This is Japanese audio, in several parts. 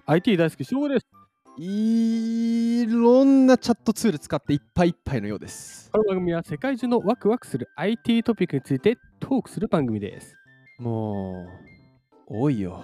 IT 大好き翔吾です。 いろんなチャットツール使っていっぱいいっぱいのようです。 この番組は世界中のワクワクする IT トピックについてトークする番組です。 もう、多いよ。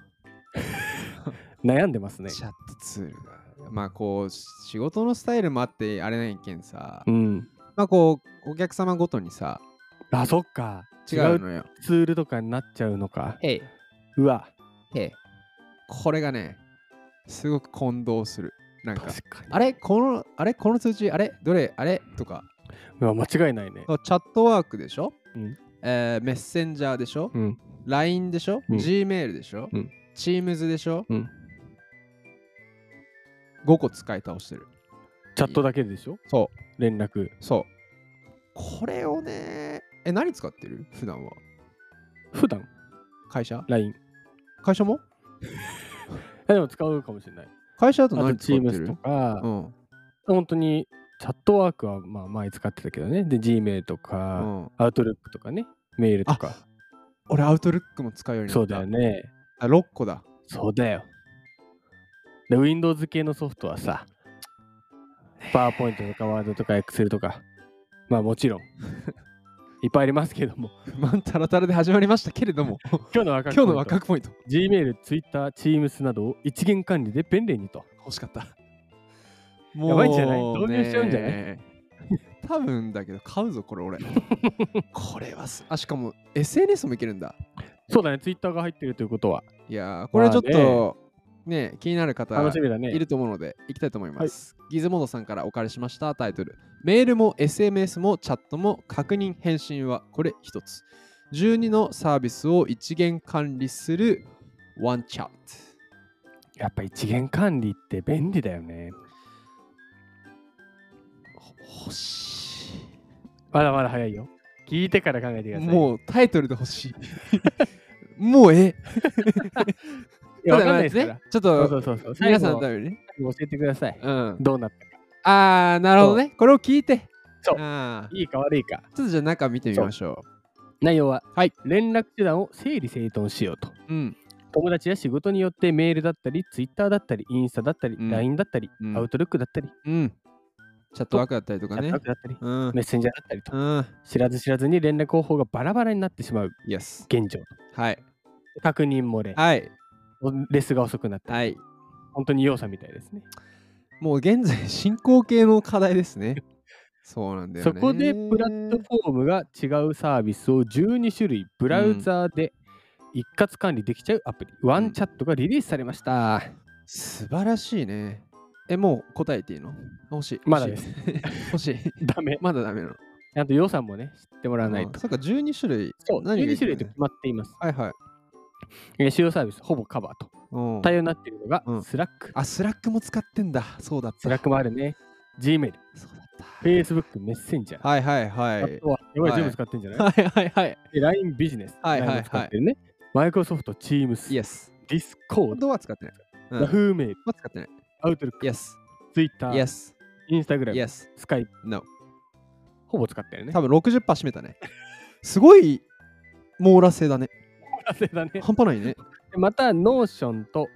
悩んでますね。 チャットツールが。まあこう、仕事のスタイルもあってあれないけんさ。まあこう、お客様ごとにさ。 あ、そっか。 違うのよ。 ツールとかになっちゃうのか。うわ。 これがね、すごく混同する。なんか、 確かに。 あれこの通知、どれとか。 間違いないね。 チャットワークでしょ、メッセンジャーでしょ、LINE でしょ、Gmail でしょ、Teams でしょ、5個使い倒してる。 チャットだけでしょ。 そう。 連絡。 そう。これをね、何使ってる普段は。 普段会社 ?LINE。 会社もでも使うかもしれない。 会社だと何使ってる？ Teams とか、本当にチャットワークはまあ前使ってたけどね。で、Gmail とか、Outlook とかね、メールとか。 俺、Outlook も使うようになった。 そうだよね。 6個だ。 そうだよ。で、Windows 系のソフトはさ、PowerPoint とか Word とか Excel とか、まあもちろん、いっぱいありますけども。 不満タラタラで始まりましたけれども、 今日のワクワクポイント。Gmail、Twitter、Teams などを一元管理で便利にと。 欲しかった。 やばいんじゃない？導入しちゃうんじゃない？ 多分だけど買うぞ、これ俺。これはしかも SNS もいけるんだ。 そうだね、Twitter が入ってるということは。 いやー、これちょっとね、気になる方いると思うので、いきたいと思います。ギズモードさんからお借りしましたタイトル。メールも SMS もチャットも確認返信はこれ一つ。12のサービスを一元管理するワンチャット。 やっぱ一元管理って便利だよね。 欲しい。 まだまだ早いよ。聞いてから考えてください。 もうタイトルで欲しい。もういや、わかんないですから。 ちょっと皆さんのためにね。 教えてください。どうなったか。なるほどね。これを聞いて。 そう。いいか悪いか。 ちょっとじゃあ中見てみましょう。内容は、連絡手段を整理整頓しようと。友達や仕事によってメールだったり、Twitter だったり、インスタだったり、LINE だったり、Outlook だったり、 チャットワークだったりとかね。 メッセンジャーだったりと、知らず知らずに連絡方法がバラバラになってしまう現状。確認漏れ。レスが遅くなったり。本当に要素みたいですね。 もう現在進行形の課題ですね。そうなんだよね。 そこでプラットフォームが違うサービスを12種類ブラウザーで一括管理できちゃうアプリ、ワンチャットがリリースされました。 素晴らしいね。もう答えていいの？欲しい。 まだです。 欲しい。 ダメ。 まだダメなの。 あと予算もね、知ってもらわないと。 そうか、12種類。 そう、12種類と決まっています。主要サービスほぼカバーと。対応になっているのがスラック。 スラックも使ってんだ。そうだった。 スラックもあるね。Gmail。 そうだった。 Facebook メッセンジャー。あとは、やばい、全部使ってんじゃない？LINE ビジネス。LINE 使ってるね。Microsoft Teams。Discord は使ってない。 Yahoo メール。 は使ってない。 Outlook。Twitter。Instagram。Skype。ほぼ使ってるね。 多分 60% 占めたね。すごい網羅性だね。半端ないね。 また、Notion と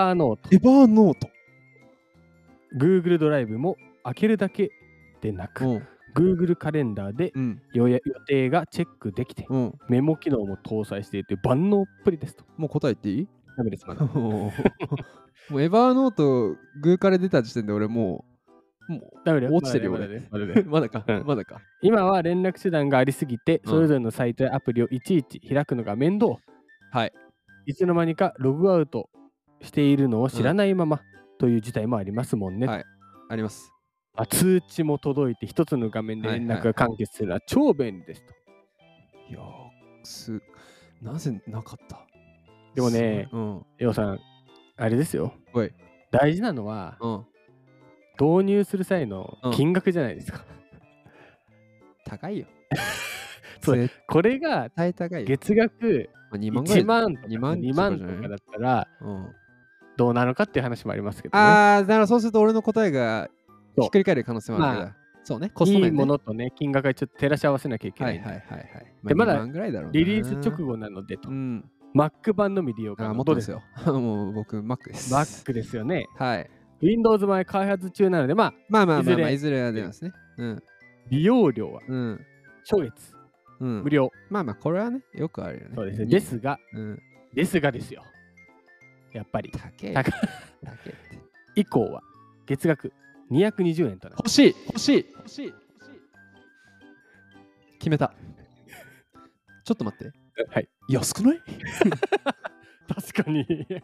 Evernote。Google ドライブも開けるだけでなく、Google カレンダーで予定がチェックできて、メモ機能も搭載している万能っぷりですと。 もう答えていい？ ダメです、まだ。 もう Evernote、Google から出た時点で俺もうダメだよ。 落ちてるよ、俺。まだか。 今は連絡手段がありすぎて、それぞれのサイトやアプリをいちいち開くのが面倒。いつの間にかログアウトしているのを知らないままという事態もありますもんね。 あります。 通知も届いて一つの画面で連絡が完結するのは超便利ですと。 いやなぜなかった？ でもね、ヨウさん、あれですよ。大事なのは、導入する際の金額じゃないですか。 高いよ。 これが月額1万とか2万とかだったらどうなのかっていう話もありますけどね。 だからそうすると俺の答えがひっくり返る可能性もあるから。そうね、 いいものとね、金額がちょっと照らし合わせなきゃいけない。で、まだリリース直後なのでと。 Mac 版のみ利用可能。 もっとですよ。もう僕、Mac です。 Mac ですよね。 はい。 Windows 版開発中なので、まあ、 いずれは出ますね。 利用料は、初月、無料。 これはね、よくあるよね。 そうですね。ですがですよ。やっぱり。高い。以降は、月額220円となる。 欲しい。決めた。ちょっと待って。 はい。 安くない？ 確かに。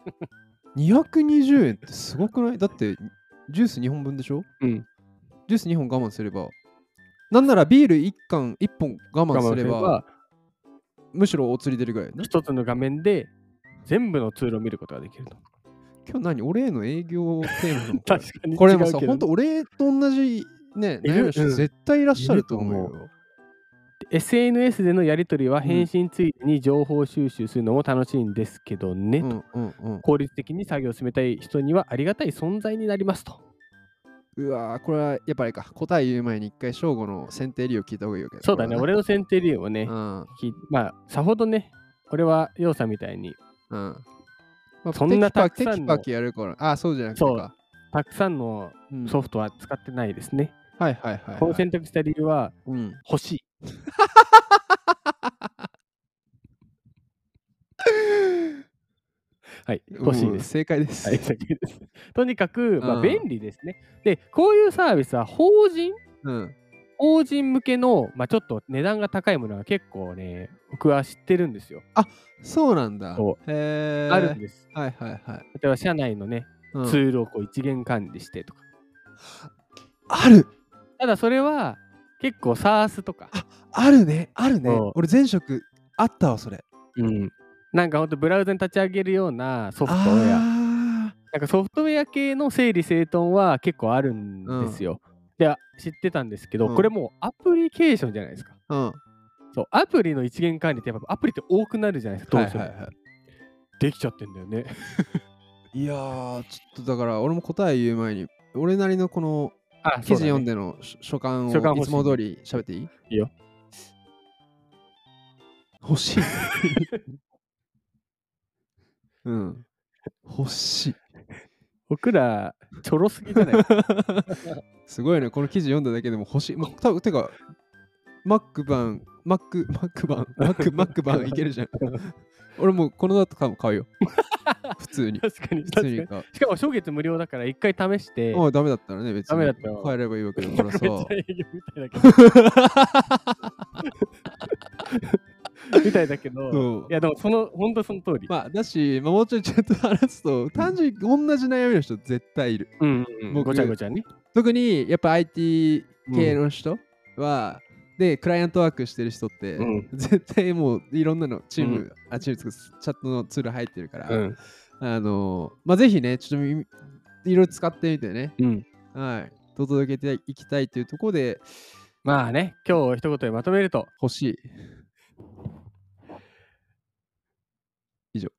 220円ってすごくない？だって、ジュース2本分でしょ？ジュース2本我慢すれば、なんならビール1本我慢すれば、むしろお釣り出るぐらいね。 一つの画面で全部のツールを見ることができると。 今日俺への営業テーマの確かに。 これもさ、ほんと俺と同じね、悩む人絶対いらっしゃると思うよ。 SNS でのやり取りは返信ついでに情報収集するのも楽しいんですけどねと。効率的に作業を進めたい人にはありがたい存在になりますと。 うわー、これはやっぱりか。答え言う前に一回、正吾の選定理由を聞いた方がいいわけだ。 そうだね、俺の選定理由をね、さほどね、俺はヨウさんみたいに、そんなたくさんのテキパキやるから、そうじゃなくてか。 たくさんのソフトは使ってないですね。 はい。 この選択した理由は、欲しい。はい、欲しいです。 正解です。 とにかく、便利ですね。で、こういうサービスは法人向けの、ちょっと値段が高いものは結構ね、僕は知ってるんですよ。 そうなんだ。 へー。あるんです。 はい。 例えば社内のね、ツールを一元管理してとか。 ある。 ただそれは結構 SaaS とか。 あるね。俺前職あったわ、それ。 なんかほんとブラウザに立ち上げるようなソフトウェア。なんかソフトウェア系の整理整頓は結構あるんですよ。で、知ってたんですけど、これもうアプリケーションじゃないですか。そう、アプリの一元管理ってやっぱアプリって多くなるじゃないですか、どうしても。できちゃってんだよね。 いやー、ちょっとだから俺も答え言う前に、俺なりのこの記事読んでの所感をいつも通り喋っていい？いいよ。 欲しい。欲しい。 僕らちょろすぎじゃないすごいね、この記事読んだだけでも欲しい。もう多分てか、Mac 版いけるじゃん。俺もうこの後多分買うよ。普通に。 確かに。しかも初月無料だから一回試して。 ダメだったらね、別に。ダメだったら帰ればいいわけだからさ。 めっちゃ営業みたいだけど。みたいだけど、いやでも本当その通り。 だし、もうちょいちゃんと話すと、単純に同じ悩みの人絶対いる。 ごちゃごちゃね。 特にやっぱ IT 系の人は、で、クライアントワークしてる人って、絶対もういろんなのチームチャットのツール入ってるから、ぜひね、ちょっといろいろ使ってみてね、届けていきたいというところで、 今日一言でまとめると、 欲しい。以上。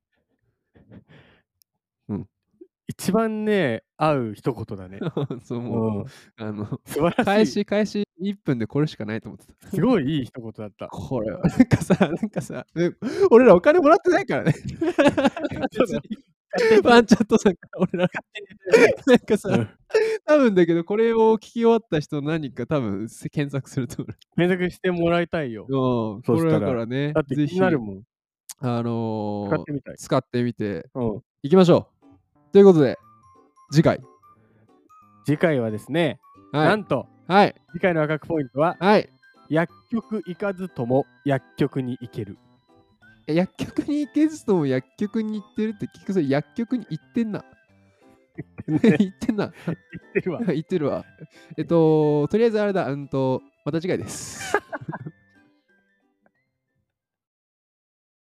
一番ね、合う一言だね。 そう、もう、素晴らしい。開始1分でこれしかないと思ってた。 すごいいい一言だった。 これは、なんかさ、俺らお金もらってないからね。ワンチャットさんから俺らなんかさ、多分だけど、これを聞き終わった人何か多分検索すると思う。 検索してもらいたいよ。 これだからね、 だって気になるもん。 使ってみていきましょう。ということで、次回はですね、なんと、次回の赤くポイントは、薬局行かずとも薬局に行ける。 薬局に行けずとも薬局に行ってるって聞くと薬局に行ってんな。行ってんな。 行ってるわ。 行ってるわ。とりあえずあれだ、また次回です。